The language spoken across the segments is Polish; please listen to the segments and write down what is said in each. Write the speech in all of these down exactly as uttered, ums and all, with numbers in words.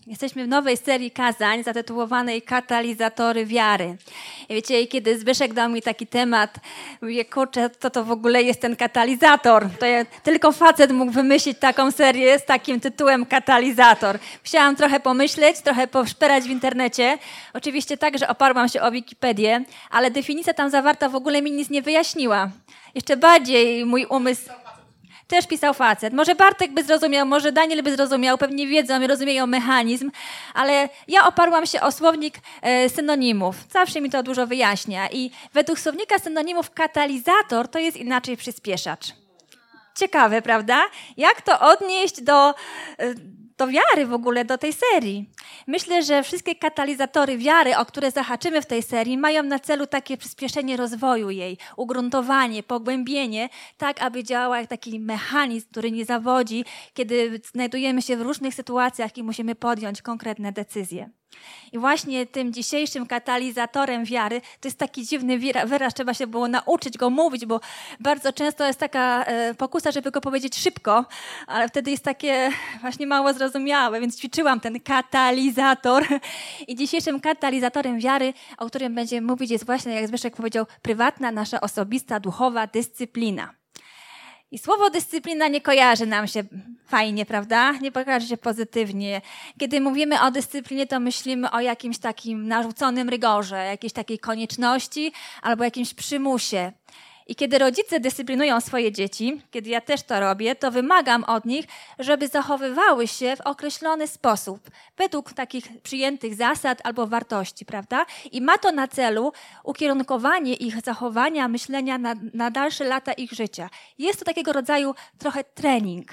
Jesteśmy w nowej serii kazań zatytułowanej Katalizatory wiary. I wiecie, kiedy Zbyszek dał mi taki temat, mówię, kurczę, to to w ogóle jest ten katalizator. To ja, tylko facet mógł wymyślić taką serię z takim tytułem Katalizator. Musiałam trochę pomyśleć, trochę poszperać w internecie. Oczywiście tak, że oparłam się o Wikipedię, ale definicja tam zawarta w ogóle mi nic nie wyjaśniła. Jeszcze bardziej mój umysł... Też pisał facet. Może Bartek by zrozumiał, może Daniel by zrozumiał, pewnie wiedzą i rozumieją mechanizm, ale ja oparłam się o słownik e, synonimów. Zawsze mi to dużo wyjaśnia. I według słownika synonimów katalizator to jest inaczej przyspieszacz. Ciekawe, prawda? Jak to odnieść do, do wiary w ogóle, do tej serii? Myślę, że wszystkie katalizatory wiary, o które zahaczymy w tej serii, mają na celu takie przyspieszenie rozwoju jej, ugruntowanie, pogłębienie, tak aby działał jak taki mechanizm, który nie zawodzi, kiedy znajdujemy się w różnych sytuacjach i musimy podjąć konkretne decyzje. I właśnie tym dzisiejszym katalizatorem wiary, to jest taki dziwny wyraz, trzeba się było nauczyć go mówić, bo bardzo często jest taka e, pokusa, żeby go powiedzieć szybko, ale wtedy jest takie właśnie mało zrozumiałe, więc ćwiczyłam ten katalizator. I dzisiejszym katalizatorem wiary, o którym będziemy mówić, jest właśnie, jak Zbyszek powiedział, prywatna, nasza osobista, duchowa dyscyplina. I słowo dyscyplina nie kojarzy nam się fajnie, prawda? Nie kojarzy się pozytywnie. Kiedy mówimy o dyscyplinie, to myślimy o jakimś takim narzuconym rygorze, jakiejś takiej konieczności albo jakimś przymusie. I kiedy rodzice dyscyplinują swoje dzieci, kiedy ja też to robię, to wymagam od nich, żeby zachowywały się w określony sposób, według takich przyjętych zasad albo wartości, prawda? I ma to na celu ukierunkowanie ich zachowania, myślenia na, na dalsze lata ich życia. Jest to takiego rodzaju trochę trening.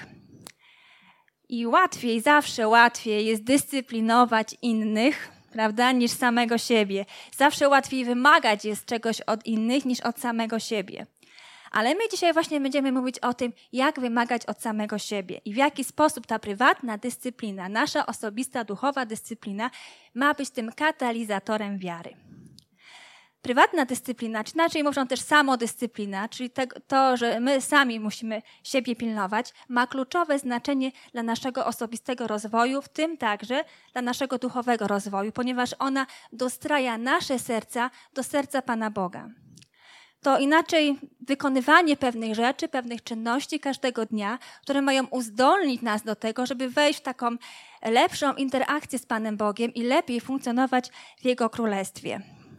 I łatwiej, zawsze łatwiej jest dyscyplinować innych, prawda, niż samego siebie. Zawsze łatwiej wymagać jest czegoś od innych niż od samego siebie. Ale my dzisiaj właśnie będziemy mówić o tym, jak wymagać od samego siebie i w jaki sposób ta prywatna dyscyplina, nasza osobista, duchowa dyscyplina ma być tym katalizatorem wiary. Prywatna dyscyplina, czy inaczej mówiąc też samodyscyplina, czyli to, że my sami musimy siebie pilnować, ma kluczowe znaczenie dla naszego osobistego rozwoju, w tym także dla naszego duchowego rozwoju, ponieważ ona dostraja nasze serca do serca Pana Boga. To inaczej wykonywanie pewnych rzeczy, pewnych czynności każdego dnia, które mają uzdolnić nas do tego, żeby wejść w taką lepszą interakcję z Panem Bogiem i lepiej funkcjonować w Jego Królestwie.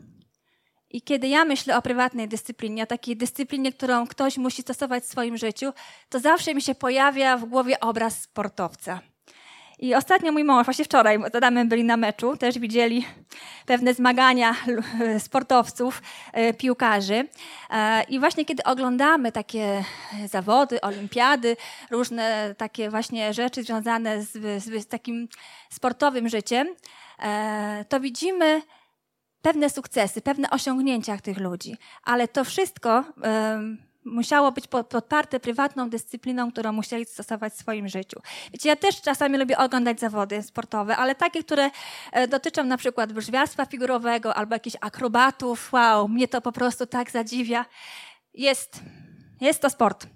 I kiedy ja myślę o prywatnej dyscyplinie, o takiej dyscyplinie, którą ktoś musi stosować w swoim życiu, to zawsze mi się pojawia w głowie obraz sportowca. I ostatnio mój mąż, właśnie wczoraj z Adamem byli na meczu, też widzieli pewne zmagania sportowców, piłkarzy. I właśnie kiedy oglądamy takie zawody, olimpiady, różne takie właśnie rzeczy związane z, z, z takim sportowym życiem, to widzimy pewne sukcesy, pewne osiągnięcia tych ludzi, ale to wszystko um, musiało być podparte prywatną dyscypliną, którą musieli stosować w swoim życiu. Wiecie, ja też czasami lubię oglądać zawody sportowe, ale takie, które e, dotyczą na przykład wyrżwiarstwa figurowego albo jakichś akrobatów. Wow, mnie to po prostu tak zadziwia. Jest, jest to sport.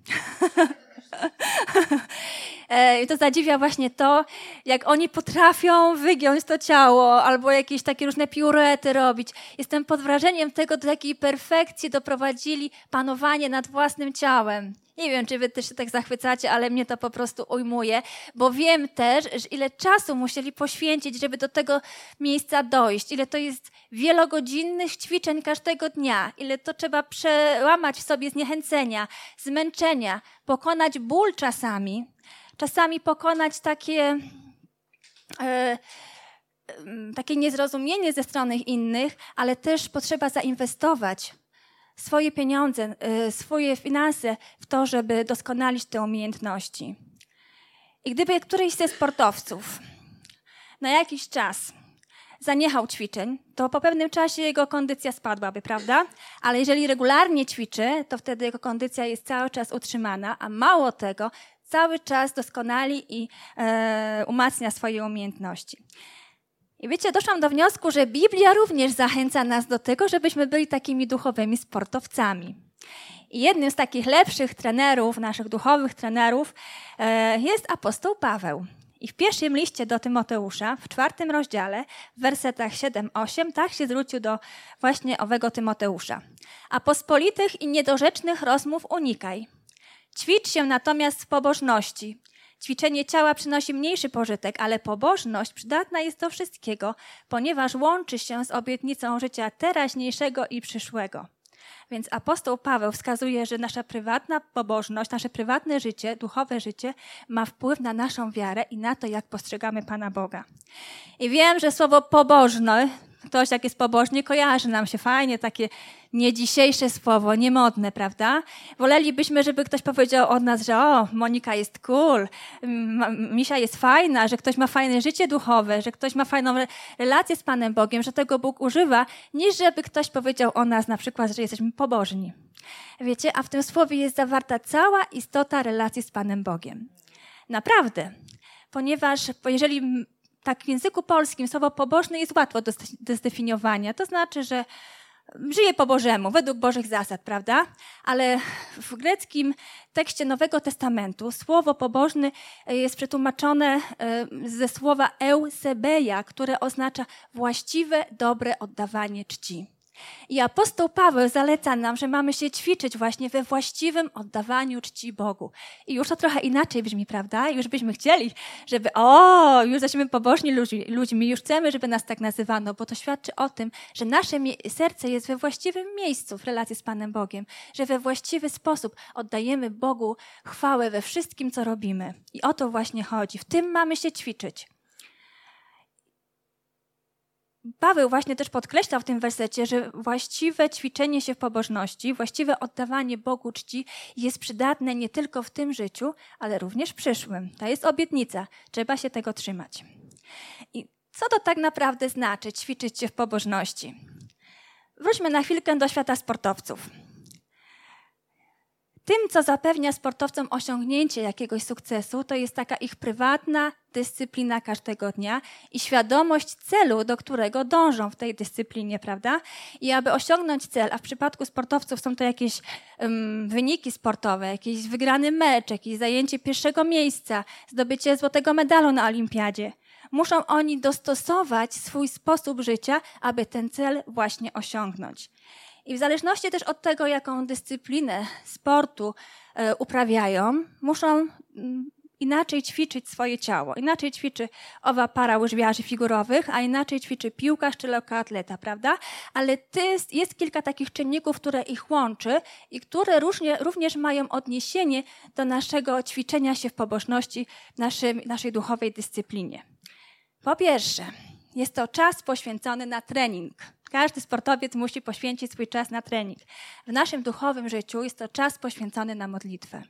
I to zadziwia właśnie to, jak oni potrafią wygiąć to ciało albo jakieś takie różne piruety robić. Jestem pod wrażeniem tego, do jakiej perfekcji doprowadzili panowanie nad własnym ciałem. Nie wiem, czy wy też się tak zachwycacie, ale mnie to po prostu ujmuje, bo wiem też, że ile czasu musieli poświęcić, żeby do tego miejsca dojść, ile to jest wielogodzinnych ćwiczeń każdego dnia, ile to trzeba przełamać w sobie zniechęcenia, zmęczenia, pokonać ból czasami, czasami pokonać takie, e, takie niezrozumienie ze strony innych, ale też potrzeba zainwestować swoje pieniądze, swoje finanse w to, żeby doskonalić te umiejętności. I gdyby któryś ze sportowców na jakiś czas zaniechał ćwiczeń, to po pewnym czasie jego kondycja spadłaby, prawda? Ale jeżeli regularnie ćwiczy, to wtedy jego kondycja jest cały czas utrzymana, a mało tego, cały czas doskonali i e, umacnia swoje umiejętności. I wiecie, doszłam do wniosku, że Biblia również zachęca nas do tego, żebyśmy byli takimi duchowymi sportowcami. I jednym z takich lepszych trenerów, naszych duchowych trenerów jest apostoł Paweł. I w pierwszym liście do Tymoteusza, w czwartym rozdziale, w wersetach siedem osiem, tak się zwrócił do właśnie owego Tymoteusza. A pospolitych i niedorzecznych rozmów unikaj. Ćwicz się natomiast w pobożności. Ćwiczenie ciała przynosi mniejszy pożytek, ale pobożność przydatna jest do wszystkiego, ponieważ łączy się z obietnicą życia teraźniejszego i przyszłego. Więc apostoł Paweł wskazuje, że nasza prywatna pobożność, nasze prywatne życie, duchowe życie ma wpływ na naszą wiarę i na to, jak postrzegamy Pana Boga. I wiem, że słowo pobożny, ktoś jak jest pobożny, kojarzy nam się fajnie, takie nie dzisiejsze słowo, niemodne, prawda? Wolelibyśmy, żeby ktoś powiedział od nas, że o, Monika jest cool, Misia jest fajna, że ktoś ma fajne życie duchowe, że ktoś ma fajną relację z Panem Bogiem, że tego Bóg używa, niż żeby ktoś powiedział o nas na przykład, że jesteśmy pobożni. Wiecie, a w tym słowie jest zawarta cała istota relacji z Panem Bogiem. Naprawdę. Ponieważ jeżeli tak w języku polskim słowo pobożny jest łatwo do, do zdefiniowania, to znaczy, że żyje po Bożemu, według Bożych zasad, prawda? Ale w greckim tekście Nowego Testamentu słowo pobożny jest przetłumaczone ze słowa eusebeia, które oznacza właściwe, dobre oddawanie czci. I apostoł Paweł zaleca nam, że mamy się ćwiczyć właśnie we właściwym oddawaniu czci Bogu. I już to trochę inaczej brzmi, prawda? Już byśmy chcieli, żeby o, już jesteśmy pobożni ludźmi, już chcemy, żeby nas tak nazywano, bo to świadczy o tym, że nasze serce jest we właściwym miejscu w relacji z Panem Bogiem, że we właściwy sposób oddajemy Bogu chwałę we wszystkim, co robimy. I o to właśnie chodzi. W tym mamy się ćwiczyć. Paweł właśnie też podkreślał w tym wersecie, że właściwe ćwiczenie się w pobożności, właściwe oddawanie Bogu czci jest przydatne nie tylko w tym życiu, ale również w przyszłym. To jest obietnica. Trzeba się tego trzymać. I co to tak naprawdę znaczy ćwiczyć się w pobożności? Wróćmy na chwilkę do świata sportowców. Tym, co zapewnia sportowcom osiągnięcie jakiegoś sukcesu, to jest taka ich prywatna dyscyplina każdego dnia i świadomość celu, do którego dążą w tej dyscyplinie, prawda? I aby osiągnąć cel, a w przypadku sportowców są to jakieś um, wyniki sportowe, jakiś wygrany mecz, jakieś zajęcie pierwszego miejsca, zdobycie złotego medalu na olimpiadzie. Muszą oni dostosować swój sposób życia, aby ten cel właśnie osiągnąć. I w zależności też od tego, jaką dyscyplinę sportu e, uprawiają, muszą m, inaczej ćwiczyć swoje ciało. Inaczej ćwiczy owa para łyżwiarzy figurowych, a inaczej ćwiczy piłkarz czy lekkoatleta, prawda? Ale jest, jest kilka takich czynników, które ich łączy i które różnie, również mają odniesienie do naszego ćwiczenia się w pobożności, w naszym, naszej duchowej dyscyplinie. Po pierwsze, jest to czas poświęcony na trening. Każdy sportowiec musi poświęcić swój czas na trening. W naszym duchowym życiu jest to czas poświęcony na modlitwę.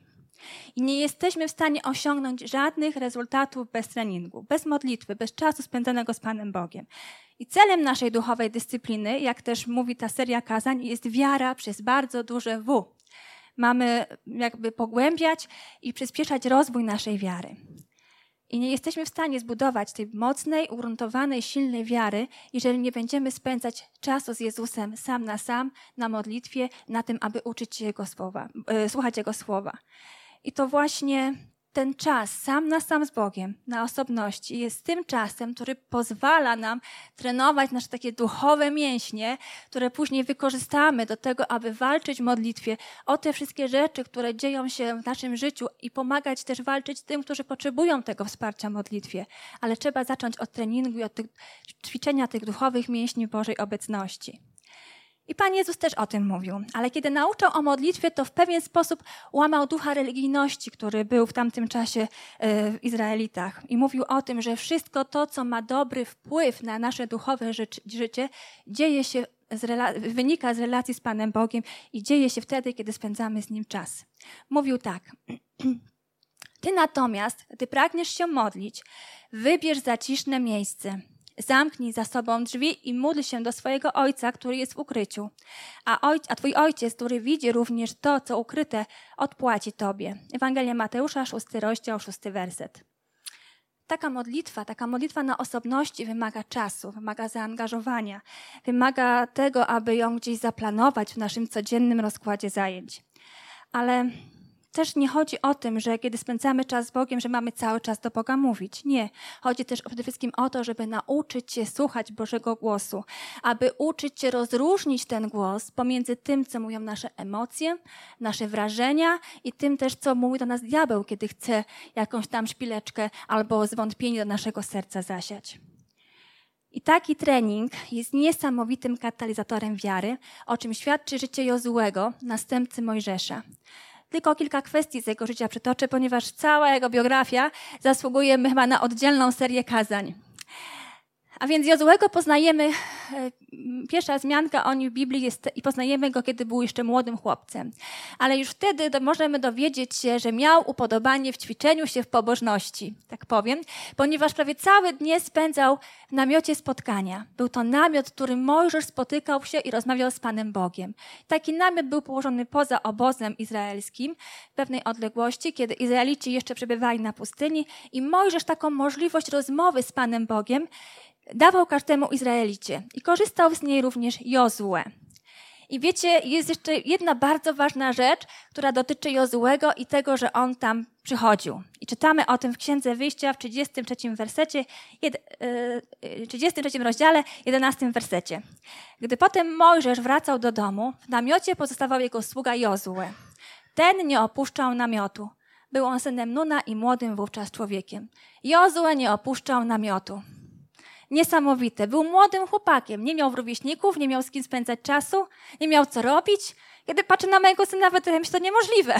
I nie jesteśmy w stanie osiągnąć żadnych rezultatów bez treningu, bez modlitwy, bez czasu spędzonego z Panem Bogiem. I celem naszej duchowej dyscypliny, jak też mówi ta seria kazań, jest wiara przez bardzo duże W. Mamy jakby pogłębiać i przyspieszać rozwój naszej wiary. I nie jesteśmy w stanie zbudować tej mocnej, ugruntowanej, silnej wiary, jeżeli nie będziemy spędzać czasu z Jezusem sam na sam, na modlitwie, na tym, aby uczyć się Jego słowa, yy, słuchać Jego słowa. I to właśnie ten czas sam na sam z Bogiem, na osobności, jest tym czasem, który pozwala nam trenować nasze takie duchowe mięśnie, które później wykorzystamy do tego, aby walczyć w modlitwie o te wszystkie rzeczy, które dzieją się w naszym życiu i pomagać też walczyć tym, którzy potrzebują tego wsparcia w modlitwie. Ale trzeba zacząć od treningu i od tych, ćwiczenia tych duchowych mięśni Bożej obecności. I Pan Jezus też o tym mówił. Ale kiedy nauczał o modlitwie, to w pewien sposób łamał ducha religijności, który był w tamtym czasie w Izraelitach. I mówił o tym, że wszystko to, co ma dobry wpływ na nasze duchowe życie, dzieje się z rela- wynika z relacji z Panem Bogiem i dzieje się wtedy, kiedy spędzamy z Nim czas. Mówił tak. Ty natomiast, gdy pragniesz się modlić, wybierz zaciszne miejsce. Zamknij za sobą drzwi i módl się do swojego Ojca, który jest w ukryciu. A, oj, a Twój Ojciec, który widzi również to, co ukryte, odpłaci Tobie. Ewangelia Mateusza, szósty rozdział, szósty werset. Taka modlitwa, taka modlitwa na osobności wymaga czasu, wymaga zaangażowania, wymaga tego, aby ją gdzieś zaplanować w naszym codziennym rozkładzie zajęć. Ale też nie chodzi o tym, że kiedy spędzamy czas z Bogiem, że mamy cały czas do Boga mówić. Nie. Chodzi też przede wszystkim o to, żeby nauczyć się słuchać Bożego głosu, aby uczyć się rozróżnić ten głos pomiędzy tym, co mówią nasze emocje, nasze wrażenia i tym też, co mówi do nas diabeł, kiedy chce jakąś tam szpileczkę albo zwątpienie do naszego serca zasiać. I taki trening jest niesamowitym katalizatorem wiary, o czym świadczy życie Jozułego, następcy Mojżesza. Tylko kilka kwestii z jego życia przytoczę, ponieważ cała jego biografia zasługuje chyba na oddzielną serię kazań. A więc Jozułego poznajemy, pierwsza wzmianka o nim w Biblii jest i poznajemy go, kiedy był jeszcze młodym chłopcem. Ale już wtedy do, możemy dowiedzieć się, że miał upodobanie w ćwiczeniu się w pobożności, tak powiem, ponieważ prawie całe dnie spędzał w namiocie spotkania. Był to namiot, w którym Mojżesz spotykał się i rozmawiał z Panem Bogiem. Taki namiot był położony poza obozem izraelskim w pewnej odległości, kiedy Izraelici jeszcze przebywali na pustyni i Mojżesz taką możliwość rozmowy z Panem Bogiem dawał każdemu Izraelicie i korzystał z niej również Jozue. I wiecie, jest jeszcze jedna bardzo ważna rzecz, która dotyczy Jozuego i tego, że on tam przychodził. I czytamy o tym w Księdze Wyjścia w trzydziestym trzecim wersecie, trzydziestym trzecim rozdziale, jedenastym wersecie. Gdy potem Mojżesz wracał do domu, w namiocie pozostawał jego sługa Jozue. Ten nie opuszczał namiotu. Był on synem Nuna i młodym wówczas człowiekiem. Jozue nie opuszczał namiotu. Niesamowite. Był młodym chłopakiem. Nie miał rówieśników, nie miał z kim spędzać czasu, nie miał co robić. Kiedy patrzę na mojego syna, wydaje mi się to niemożliwe.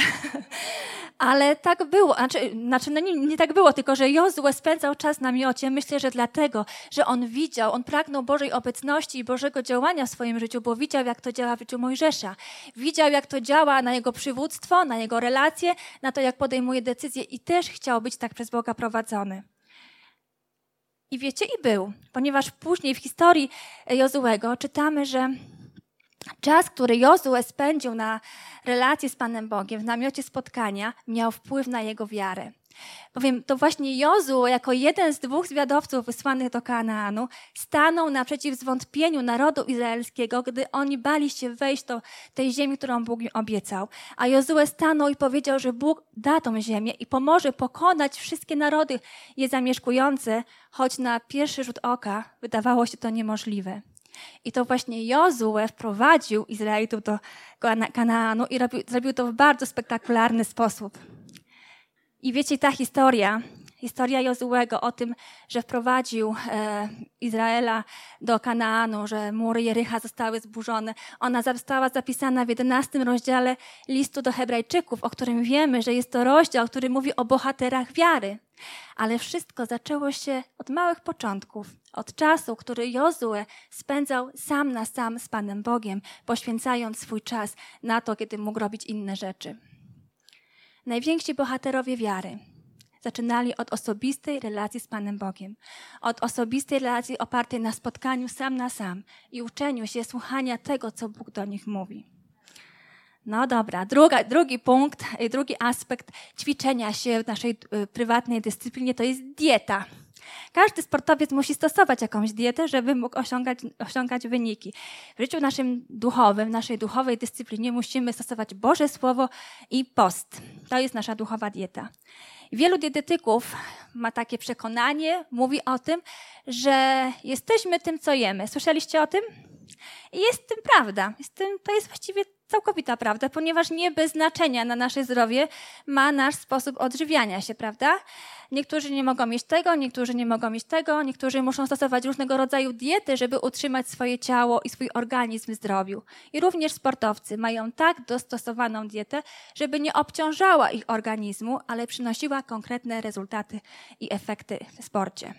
Ale tak było. Znaczy, znaczy no nie, nie tak było, tylko że Jozue spędzał czas w namiocie. Myślę, że dlatego, że on widział, on pragnął Bożej obecności i Bożego działania w swoim życiu, bo widział, jak to działa w życiu Mojżesza. Widział, jak to działa na jego przywództwo, na jego relacje, na to, jak podejmuje decyzje i też chciał być tak przez Boga prowadzony. I wiecie, i był, ponieważ później w historii Jozuego czytamy, że czas, który Jozue spędził na relacji z Panem Bogiem, w namiocie spotkania, miał wpływ na jego wiarę. Bowiem to właśnie Jozue, jako jeden z dwóch zwiadowców wysłanych do Kanaanu, stanął naprzeciw zwątpieniu narodu izraelskiego, gdy oni bali się wejść do tej ziemi, którą Bóg im obiecał. A Jozue stanął i powiedział, że Bóg da tą ziemię i pomoże pokonać wszystkie narody je zamieszkujące, choć na pierwszy rzut oka wydawało się to niemożliwe. I to właśnie Jozue wprowadził Izraelitów do Kanaanu i robił, zrobił to w bardzo spektakularny sposób. I wiecie, ta historia, historia Jozuego o tym, że wprowadził e, Izraela do Kanaanu, że mury Jericha zostały zburzone, ona została zapisana w jedenastym rozdziale listu do Hebrajczyków, o którym wiemy, że jest to rozdział, który mówi o bohaterach wiary. Ale wszystko zaczęło się od małych początków, od czasu, który Jozue spędzał sam na sam z Panem Bogiem, poświęcając swój czas na to, kiedy mógł robić inne rzeczy. Najwięksi bohaterowie wiary zaczynali od osobistej relacji z Panem Bogiem, od osobistej relacji opartej na spotkaniu sam na sam i uczeniu się słuchania tego, co Bóg do nich mówi. No dobra, Druga, drugi punkt, drugi aspekt ćwiczenia się w naszej prywatnej dyscyplinie to jest dieta. Każdy sportowiec musi stosować jakąś dietę, żeby mógł osiągać, osiągać wyniki. W życiu naszym duchowym, w naszej duchowej dyscyplinie musimy stosować Boże Słowo i post. To jest nasza duchowa dieta. Wielu dietetyków ma takie przekonanie, mówi o tym, że jesteśmy tym, co jemy. Słyszeliście o tym? I jest tym prawda. Jest tym, to jest właściwie całkowita prawda, ponieważ nie bez znaczenia na nasze zdrowie ma nasz sposób odżywiania się, prawda? Niektórzy nie mogą mieć tego, niektórzy nie mogą mieć tego, niektórzy muszą stosować różnego rodzaju diety, żeby utrzymać swoje ciało i swój organizm w zdrowiu. I również sportowcy mają tak dostosowaną dietę, żeby nie obciążała ich organizmu, ale przynosiła konkretne rezultaty i efekty w sporcie.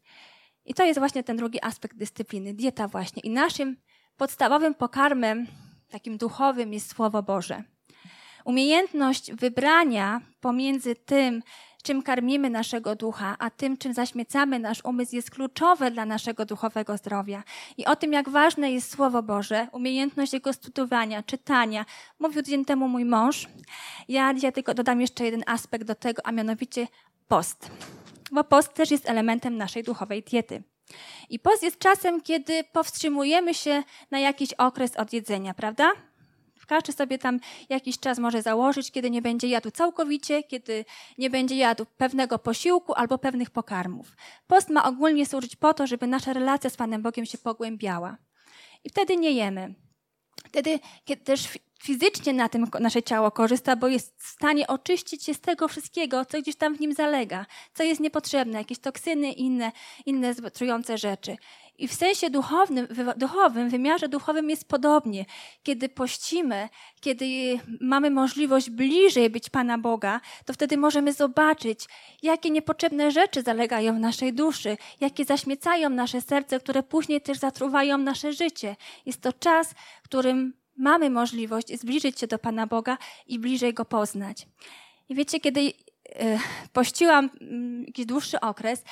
I to jest właśnie ten drugi aspekt dyscypliny, dieta właśnie. I naszym podstawowym pokarmem, takim duchowym, jest Słowo Boże. Umiejętność wybrania pomiędzy tym, czym karmimy naszego ducha, a tym, czym zaśmiecamy nasz umysł, jest kluczowe dla naszego duchowego zdrowia. I o tym, jak ważne jest Słowo Boże, umiejętność jego studiowania, czytania. Mówił tydzień temu mój mąż. Ja dzisiaj tylko dodam jeszcze jeden aspekt do tego, a mianowicie post. Bo post też jest elementem naszej duchowej diety. I post jest czasem, kiedy powstrzymujemy się na jakiś okres od jedzenia, prawda? Każdy sobie tam jakiś czas może założyć, kiedy nie będzie jadł całkowicie, kiedy nie będzie jadł pewnego posiłku albo pewnych pokarmów. Post ma ogólnie służyć po to, żeby nasza relacja z Panem Bogiem się pogłębiała. I wtedy nie jemy. Wtedy kiedy też fizycznie na tym nasze ciało korzysta, bo jest w stanie oczyścić się z tego wszystkiego, co gdzieś tam w nim zalega, co jest niepotrzebne, jakieś toksyny i inne, inne trujące rzeczy. I w sensie duchownym, duchowym, w wymiarze duchowym jest podobnie. Kiedy pościmy, kiedy mamy możliwość bliżej być Pana Boga, to wtedy możemy zobaczyć, jakie niepotrzebne rzeczy zalegają w naszej duszy, jakie zaśmiecają nasze serce, które później też zatruwają nasze życie. Jest to czas, w którym mamy możliwość zbliżyć się do Pana Boga i bliżej Go poznać. I wiecie, kiedy pościłam jakiś dłuższy okres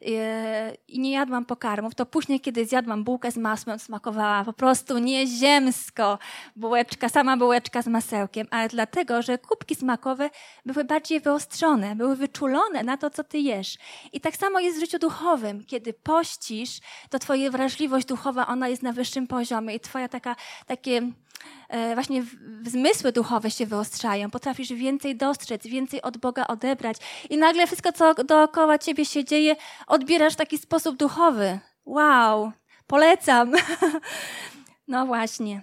i nie jadłam pokarmów, to później, kiedy zjadłam bułkę z masłem, smakowała po prostu nieziemsko. Bułeczka, sama bułeczka z masełkiem, ale dlatego, że kubki smakowe były bardziej wyostrzone, były wyczulone na to, co ty jesz. I tak samo jest w życiu duchowym. Kiedy pościsz, to twoja wrażliwość duchowa, ona jest na wyższym poziomie i twoja taka, takie właśnie zmysły duchowe się wyostrzają. Potrafisz więcej dostrzec, więcej od Boga odebrać i nagle wszystko, co dookoła ciebie się dzieje, odbierasz w taki sposób duchowy. Wow, polecam. No właśnie.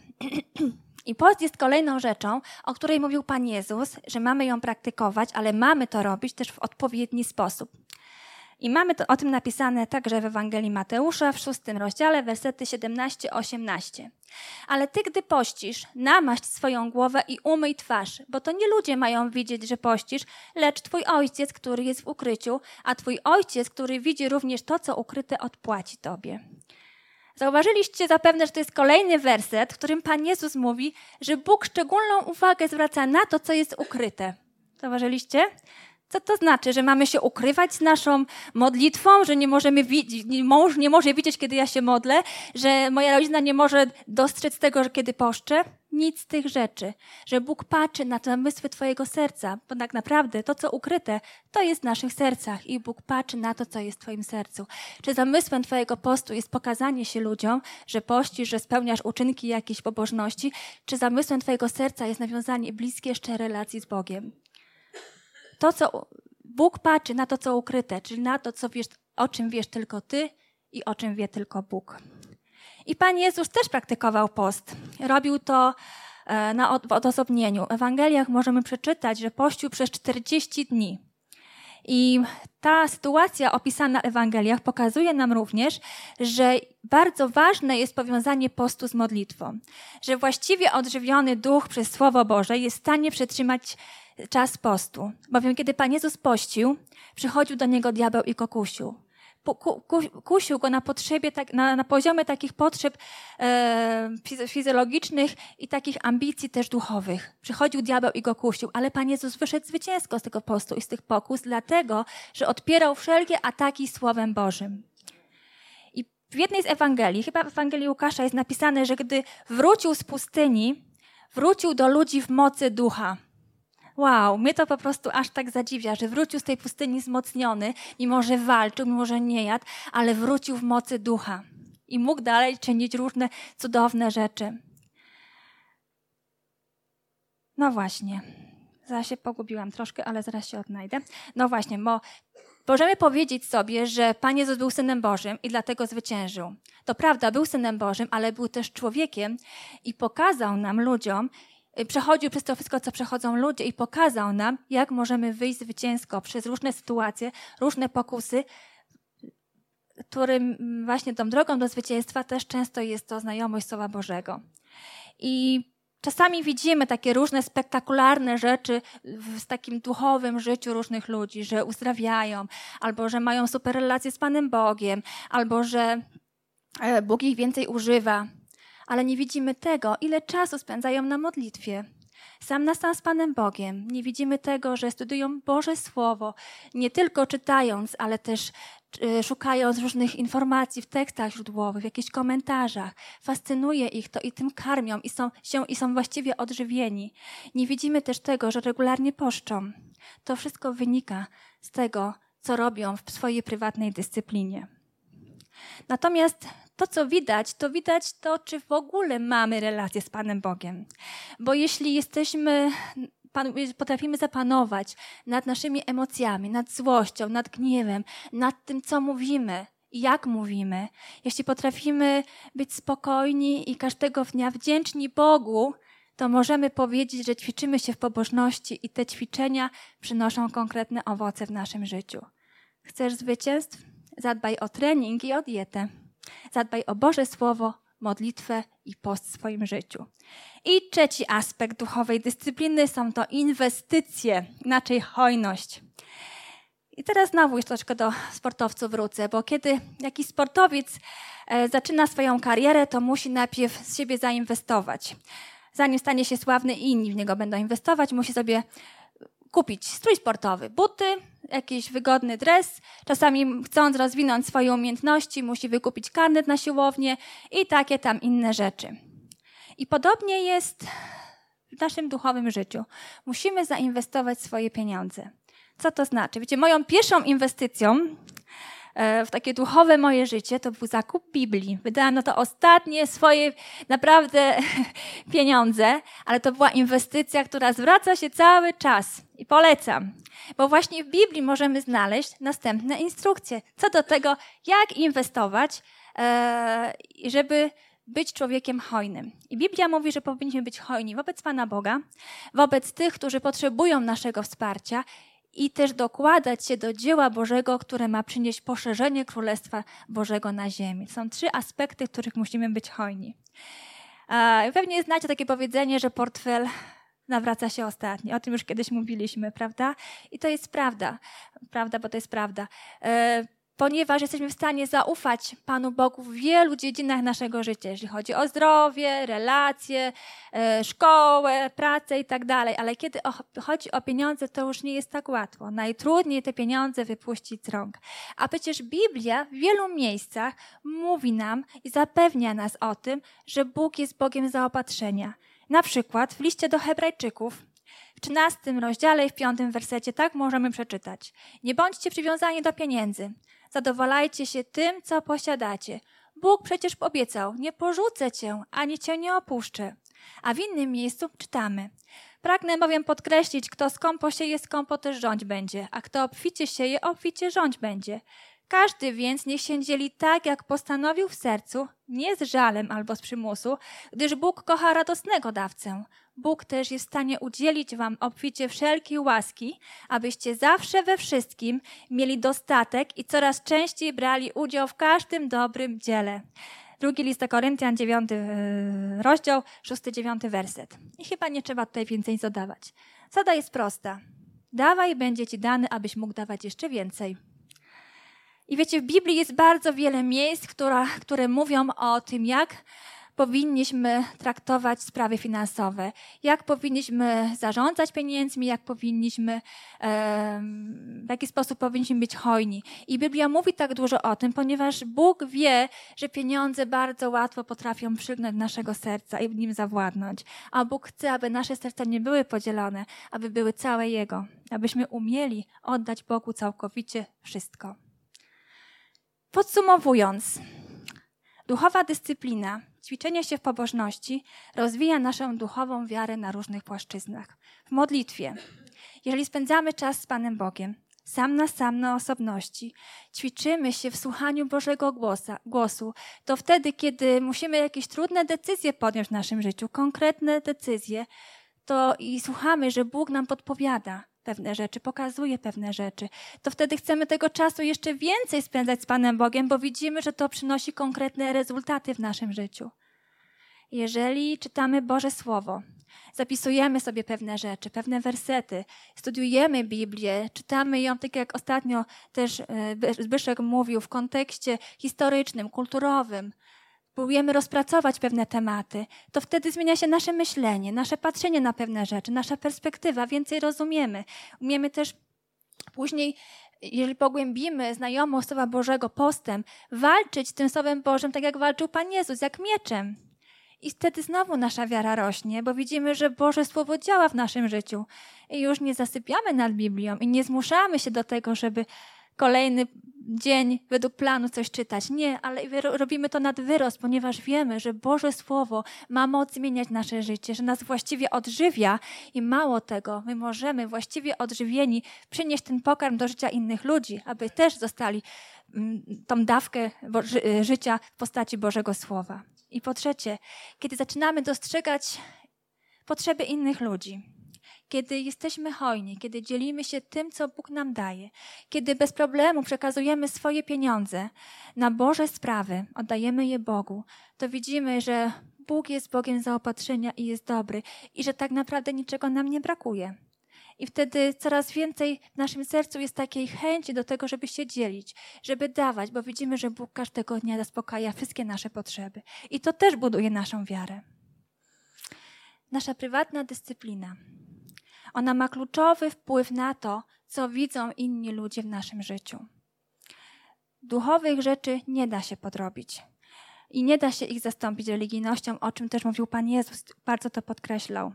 I post jest kolejną rzeczą, o której mówił Pan Jezus, że mamy ją praktykować, ale mamy to robić też w odpowiedni sposób. I mamy to, o tym napisane także w Ewangelii Mateusza w szóstym rozdziale, wersety siedemnaście osiemnaście. Ale ty, gdy pościsz, namaść swoją głowę i umyj twarz, bo to nie ludzie mają widzieć, że pościsz, lecz twój ojciec, który jest w ukryciu, a twój ojciec, który widzi również to, co ukryte, odpłaci tobie. Zauważyliście zapewne, że to jest kolejny werset, w którym Pan Jezus mówi, że Bóg szczególną uwagę zwraca na to, co jest ukryte. Zauważyliście? Co to znaczy, że mamy się ukrywać z naszą modlitwą, że nie możemy widzieć, mąż nie może widzieć, kiedy ja się modlę, że moja rodzina nie może dostrzec tego, że kiedy poszczę? Nic z tych rzeczy. Że Bóg patrzy na zamysły twojego serca, bo tak naprawdę to, co ukryte, to jest w naszych sercach i Bóg patrzy na to, co jest w twoim sercu. Czy zamysłem twojego postu jest pokazanie się ludziom, że pościsz, że spełniasz uczynki jakiejś pobożności, czy zamysłem twojego serca jest nawiązanie bliskiej, szczerej relacji z Bogiem? To, co Bóg patrzy na to, co ukryte, czyli na to, co wiesz, o czym wiesz tylko ty i o czym wie tylko Bóg. I Pan Jezus też praktykował post. Robił to na w odosobnieniu. W Ewangeliach możemy przeczytać, że pościł przez czterdzieści dni. I ta sytuacja opisana w Ewangeliach pokazuje nam również, że bardzo ważne jest powiązanie postu z modlitwą. Że właściwie odżywiony duch przez Słowo Boże jest w stanie przetrzymać czas postu. Bowiem kiedy Pan Jezus pościł, przychodził do Niego diabeł i go kusił. Ku, ku, kusił go na potrzebie, tak, na, na poziomie takich potrzeb e, fizjologicznych i takich ambicji też duchowych. Przychodził diabeł i go kusił, ale Pan Jezus wyszedł zwycięsko z tego postu i z tych pokus, dlatego, że odpierał wszelkie ataki Słowem Bożym. I w jednej z Ewangelii, chyba w Ewangelii Łukasza jest napisane, że gdy wrócił z pustyni, wrócił do ludzi w mocy ducha. Wow, mnie to po prostu aż tak zadziwia, że wrócił z tej pustyni wzmocniony, mimo że walczył, mimo że nie jadł, ale wrócił w mocy ducha i mógł dalej czynić różne cudowne rzeczy. No właśnie, zaraz się pogubiłam troszkę, ale zaraz się odnajdę. No właśnie, bo możemy powiedzieć sobie, że Pan Jezus był Synem Bożym i dlatego zwyciężył. To prawda, był Synem Bożym, ale był też człowiekiem i pokazał nam, ludziom, przechodził przez to wszystko, co przechodzą ludzie i pokazał nam, jak możemy wyjść zwycięsko przez różne sytuacje, różne pokusy, którym właśnie tą drogą do zwycięstwa też często jest to znajomość Słowa Bożego. I czasami widzimy takie różne spektakularne rzeczy w takim duchowym życiu różnych ludzi, że uzdrawiają, albo że mają super relacje z Panem Bogiem, albo że Bóg ich więcej używa. Ale nie widzimy tego, ile czasu spędzają na modlitwie. Sam na sam z Panem Bogiem. Nie widzimy tego, że studiują Boże Słowo, nie tylko czytając, ale też szukając różnych informacji w tekstach źródłowych, w jakichś komentarzach. Fascynuje ich to i tym karmią i są, się, i są właściwie odżywieni. Nie widzimy też tego, że regularnie poszczą. To wszystko wynika z tego, co robią w swojej prywatnej dyscyplinie. Natomiast To, co widać, to widać to, czy w ogóle mamy relację z Panem Bogiem. Bo jeśli jesteśmy, potrafimy zapanować nad naszymi emocjami, nad złością, nad gniewem, nad tym, co mówimy i jak mówimy, jeśli potrafimy być spokojni i każdego dnia wdzięczni Bogu, to możemy powiedzieć, że ćwiczymy się w pobożności i te ćwiczenia przynoszą konkretne owoce w naszym życiu. Chcesz zwycięstw? Zadbaj o trening i o dietę. Zadbaj o Boże Słowo, modlitwę i post w swoim życiu. I trzeci aspekt duchowej dyscypliny są to inwestycje, inaczej hojność. I teraz znowu już troszkę do sportowców wrócę, bo kiedy jakiś sportowiec e, zaczyna swoją karierę, to musi najpierw z siebie zainwestować. Zanim stanie się sławny i inni w niego będą inwestować, musi sobie kupić strój sportowy, buty, jakiś wygodny dres. Czasami chcąc rozwinąć swoje umiejętności, musi wykupić karnet na siłownię i takie tam inne rzeczy. I podobnie jest w naszym duchowym życiu. Musimy zainwestować swoje pieniądze. Co to znaczy? Wiecie, moją pierwszą inwestycją w takie duchowe moje życie to był zakup Biblii. Wydałam na to ostatnie swoje naprawdę pieniądze, ale to była inwestycja, która zwraca się cały czas i polecam. Bo właśnie w Biblii możemy znaleźć następne instrukcje co do tego, jak inwestować, żeby być człowiekiem hojnym. I Biblia mówi, że powinniśmy być hojni wobec Pana Boga, wobec tych, którzy potrzebują naszego wsparcia i też dokładać się do dzieła Bożego, które ma przynieść poszerzenie Królestwa Bożego na ziemi. Są trzy aspekty, w których musimy być hojni. Pewnie znacie takie powiedzenie, że portfel nawraca się ostatni. O tym już kiedyś mówiliśmy, prawda? I to jest prawda. Prawda, bo to jest prawda. Ponieważ jesteśmy w stanie zaufać Panu Bogu w wielu dziedzinach naszego życia, jeśli chodzi o zdrowie, relacje, szkołę, pracę i tak dalej. Ale kiedy chodzi o pieniądze, to już nie jest tak łatwo. Najtrudniej te pieniądze wypuścić z rąk. A przecież Biblia w wielu miejscach mówi nam i zapewnia nas o tym, że Bóg jest Bogiem zaopatrzenia. Na przykład w liście do Hebrajczyków, w trzynastym rozdziale i w piątym wersecie tak możemy przeczytać. Nie bądźcie przywiązani do pieniędzy. Zadowalajcie się tym, co posiadacie. Bóg przecież obiecał, nie porzucę cię, ani cię nie opuszczę. A w innym miejscu czytamy. Pragnę bowiem podkreślić, kto skąpo sieje, skąpo też rządź będzie, a kto obficie sieje, obficie rządź będzie. Każdy więc niech się dzieli tak, jak postanowił w sercu, nie z żalem albo z przymusu, gdyż Bóg kocha radosnego dawcę. Bóg też jest w stanie udzielić wam obficie wszelkiej łaski, abyście zawsze we wszystkim mieli dostatek i coraz częściej brali udział w każdym dobrym dziele. Drugi list do Koryntian, dziewiąty rozdział, szósty, dziewiąty werset. I chyba nie trzeba tutaj więcej dodawać. Zasada jest prosta. Dawaj, będzie ci dane, abyś mógł dawać jeszcze więcej. I wiecie, w Biblii jest bardzo wiele miejsc, które, które mówią o tym, jak powinniśmy traktować sprawy finansowe, jak powinniśmy zarządzać pieniędzmi, jak powinniśmy, w jaki sposób powinniśmy być hojni. I Biblia mówi tak dużo o tym, ponieważ Bóg wie, że pieniądze bardzo łatwo potrafią przygnąć naszego serca i w nim zawładnąć. A Bóg chce, aby nasze serca nie były podzielone, aby były całe Jego, abyśmy umieli oddać Bogu całkowicie wszystko. Podsumowując, duchowa dyscyplina, ćwiczenie się w pobożności rozwija naszą duchową wiarę na różnych płaszczyznach. W modlitwie, jeżeli spędzamy czas z Panem Bogiem, sam na sam na osobności, ćwiczymy się w słuchaniu Bożego głosa, głosu, to wtedy, kiedy musimy jakieś trudne decyzje podjąć w naszym życiu, konkretne decyzje, to i słuchamy, że Bóg nam podpowiada pewne rzeczy, pokazuje pewne rzeczy, to wtedy chcemy tego czasu jeszcze więcej spędzać z Panem Bogiem, bo widzimy, że to przynosi konkretne rezultaty w naszym życiu. Jeżeli czytamy Boże Słowo, zapisujemy sobie pewne rzeczy, pewne wersety, studiujemy Biblię, czytamy ją, tak jak ostatnio też Zbyszek mówił, w kontekście historycznym, kulturowym, próbujemy rozpracować pewne tematy, to wtedy zmienia się nasze myślenie, nasze patrzenie na pewne rzeczy, nasza perspektywa, więcej rozumiemy. Umiemy też później, jeżeli pogłębimy znajomość Słowa Bożego postem, walczyć tym Słowem Bożym tak jak walczył Pan Jezus, jak mieczem. I wtedy znowu nasza wiara rośnie, bo widzimy, że Boże Słowo działa w naszym życiu. I już nie zasypiamy nad Biblią i nie zmuszamy się do tego, żeby kolejny dzień według planu coś czytać. Nie, ale robimy to nad wyrost, ponieważ wiemy, że Boże Słowo ma moc zmieniać nasze życie, że nas właściwie odżywia i mało tego, my możemy właściwie odżywieni przynieść ten pokarm do życia innych ludzi, aby też zostali tą dawkę życia w postaci Bożego Słowa. I po trzecie, kiedy zaczynamy dostrzegać potrzeby innych ludzi, kiedy jesteśmy hojni, kiedy dzielimy się tym, co Bóg nam daje, kiedy bez problemu przekazujemy swoje pieniądze na Boże sprawy, oddajemy je Bogu, to widzimy, że Bóg jest Bogiem zaopatrzenia i jest dobry i że tak naprawdę niczego nam nie brakuje. I wtedy coraz więcej w naszym sercu jest takiej chęci do tego, żeby się dzielić, żeby dawać, bo widzimy, że Bóg każdego dnia zaspokaja wszystkie nasze potrzeby. I to też buduje naszą wiarę. Nasza prywatna dyscyplina. Ona ma kluczowy wpływ na to, co widzą inni ludzie w naszym życiu. Duchowych rzeczy nie da się podrobić. I nie da się ich zastąpić religijnością, o czym też mówił Pan Jezus, bardzo to podkreślał.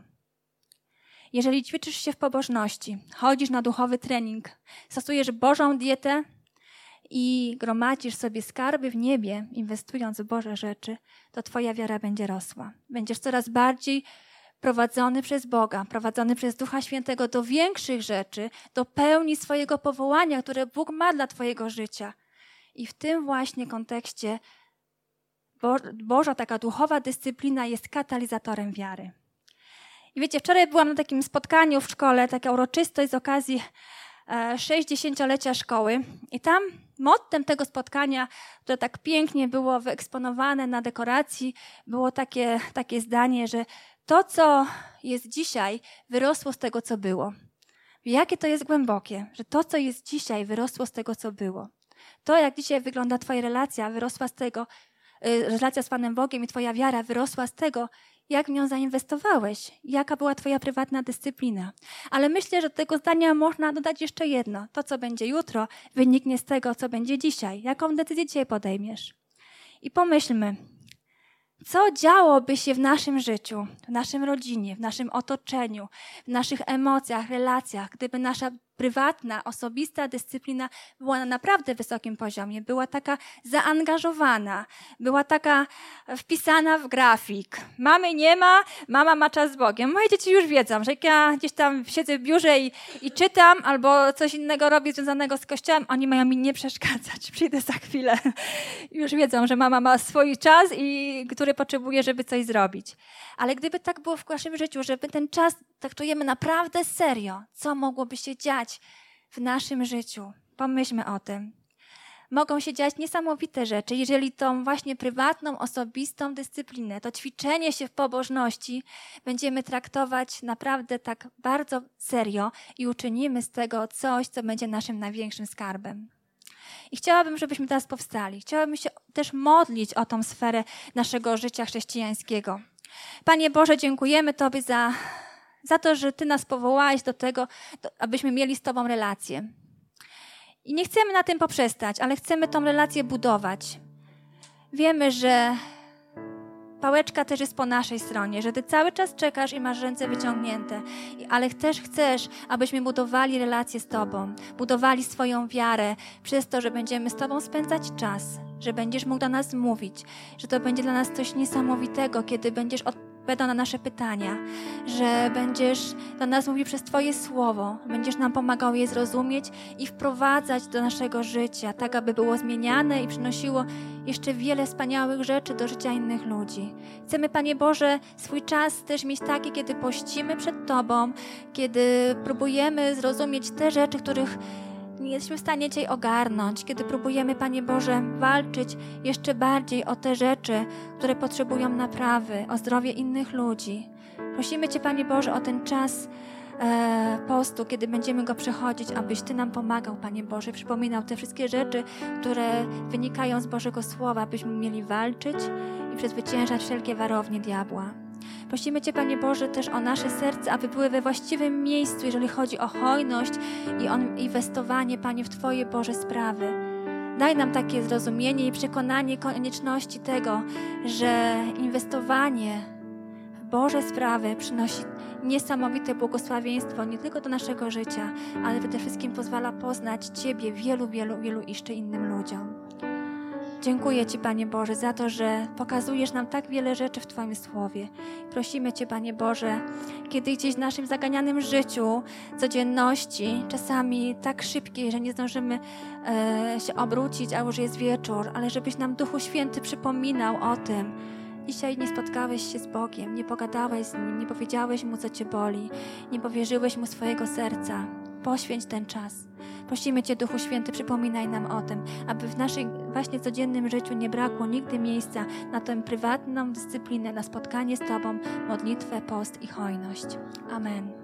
Jeżeli ćwiczysz się w pobożności, chodzisz na duchowy trening, stosujesz Bożą dietę i gromadzisz sobie skarby w niebie, inwestując w Boże rzeczy, to twoja wiara będzie rosła. Będziesz coraz bardziej prowadzony przez Boga, prowadzony przez Ducha Świętego do większych rzeczy, do pełni swojego powołania, które Bóg ma dla twojego życia. I w tym właśnie kontekście Bo- Boża taka duchowa dyscyplina jest katalizatorem wiary. I wiecie, wczoraj byłam na takim spotkaniu w szkole, taka uroczystość z okazji e, sześćdziesięciolecia szkoły i tam mottem tego spotkania, które tak pięknie było wyeksponowane na dekoracji, było takie, takie zdanie, że to, co jest dzisiaj, wyrosło z tego, co było. Jakie to jest głębokie, że to, co jest dzisiaj, wyrosło z tego, co było. To, jak dzisiaj wygląda twoja relacja, wyrosła z tego, y, relacja z Panem Bogiem i twoja wiara wyrosła z tego, jak w nią zainwestowałeś, jaka była twoja prywatna dyscyplina. Ale myślę, że do tego zdania można dodać jeszcze jedno. To, co będzie jutro, wyniknie z tego, co będzie dzisiaj. Jaką decyzję dzisiaj podejmiesz? I pomyślmy, co działoby się w naszym życiu, w naszym rodzinie, w naszym otoczeniu, w naszych emocjach, relacjach, gdyby nasza prywatna, osobista dyscyplina była na naprawdę wysokim poziomie, była taka zaangażowana, była taka wpisana w grafik. Mamy nie ma, mama ma czas z Bogiem. Moje dzieci już wiedzą, że jak ja gdzieś tam siedzę w biurze i, i czytam albo coś innego robię związanego z Kościołem, oni mają mi nie przeszkadzać. Przyjdę za chwilę. Już wiedzą, że mama ma swój czas, i który potrzebuje, żeby coś zrobić. Ale gdyby tak było w naszym życiu, żeby ten czas traktujemy naprawdę serio, co mogłoby się dziać w naszym życiu? Pomyślmy o tym. Mogą się dziać niesamowite rzeczy, jeżeli tą właśnie prywatną, osobistą dyscyplinę, to ćwiczenie się w pobożności będziemy traktować naprawdę tak bardzo serio i uczynimy z tego coś, co będzie naszym największym skarbem. I chciałabym, żebyśmy teraz powstali. Chciałabym się też modlić o tą sferę naszego życia chrześcijańskiego. Panie Boże, dziękujemy Tobie za, za to, że Ty nas powołałeś do tego, do, abyśmy mieli z Tobą relację. I nie chcemy na tym poprzestać, ale chcemy tą relację budować. Wiemy, że pałeczka też jest po naszej stronie, że Ty cały czas czekasz i masz ręce wyciągnięte, ale też chcesz, abyśmy budowali relacje z Tobą, budowali swoją wiarę przez to, że będziemy z Tobą spędzać czas, że będziesz mógł do nas mówić, że to będzie dla nas coś niesamowitego, kiedy będziesz odpowiadał na nasze pytania, że będziesz do nas mówił przez Twoje słowo, będziesz nam pomagał je zrozumieć i wprowadzać do naszego życia, tak aby było zmieniane i przynosiło jeszcze wiele wspaniałych rzeczy do życia innych ludzi. Chcemy, Panie Boże, swój czas też mieć taki, kiedy pościmy przed Tobą, kiedy próbujemy zrozumieć te rzeczy, których nie jesteśmy w stanie Cię ogarnąć, kiedy próbujemy, Panie Boże, walczyć jeszcze bardziej o te rzeczy, które potrzebują naprawy, o zdrowie innych ludzi. Prosimy Cię, Panie Boże, o ten czas e, postu, kiedy będziemy go przechodzić, abyś Ty nam pomagał, Panie Boże, przypominał te wszystkie rzeczy, które wynikają z Bożego Słowa, abyśmy mieli walczyć i przezwyciężać wszelkie warownie diabła. Prosimy Cię, Panie Boże, też o nasze serce, aby były we właściwym miejscu, jeżeli chodzi o hojność i o inwestowanie, Panie, w Twoje Boże sprawy. Daj nam takie zrozumienie i przekonanie konieczności tego, że inwestowanie w Boże sprawy przynosi niesamowite błogosławieństwo nie tylko do naszego życia, ale przede wszystkim pozwala poznać Ciebie wielu, wielu, wielu jeszcze innym ludziom. Dziękuję Ci, Panie Boże, za to, że pokazujesz nam tak wiele rzeczy w Twoim Słowie. Prosimy Cię, Panie Boże, kiedy gdzieś w naszym zaganianym życiu, codzienności, czasami tak szybkiej, że nie zdążymy e, się obrócić, a już jest wieczór, ale żebyś nam, Duchu Święty, przypominał o tym. Dzisiaj nie spotkałeś się z Bogiem, nie pogadałeś z Nim, nie powiedziałeś Mu, co Cię boli, nie powierzyłeś Mu swojego serca. Poświęć ten czas. Prosimy Cię, Duchu Święty, przypominaj nam o tym, aby w naszym właśnie codziennym życiu nie brakło nigdy miejsca na tę prywatną dyscyplinę, na spotkanie z Tobą, modlitwę, post i hojność. Amen.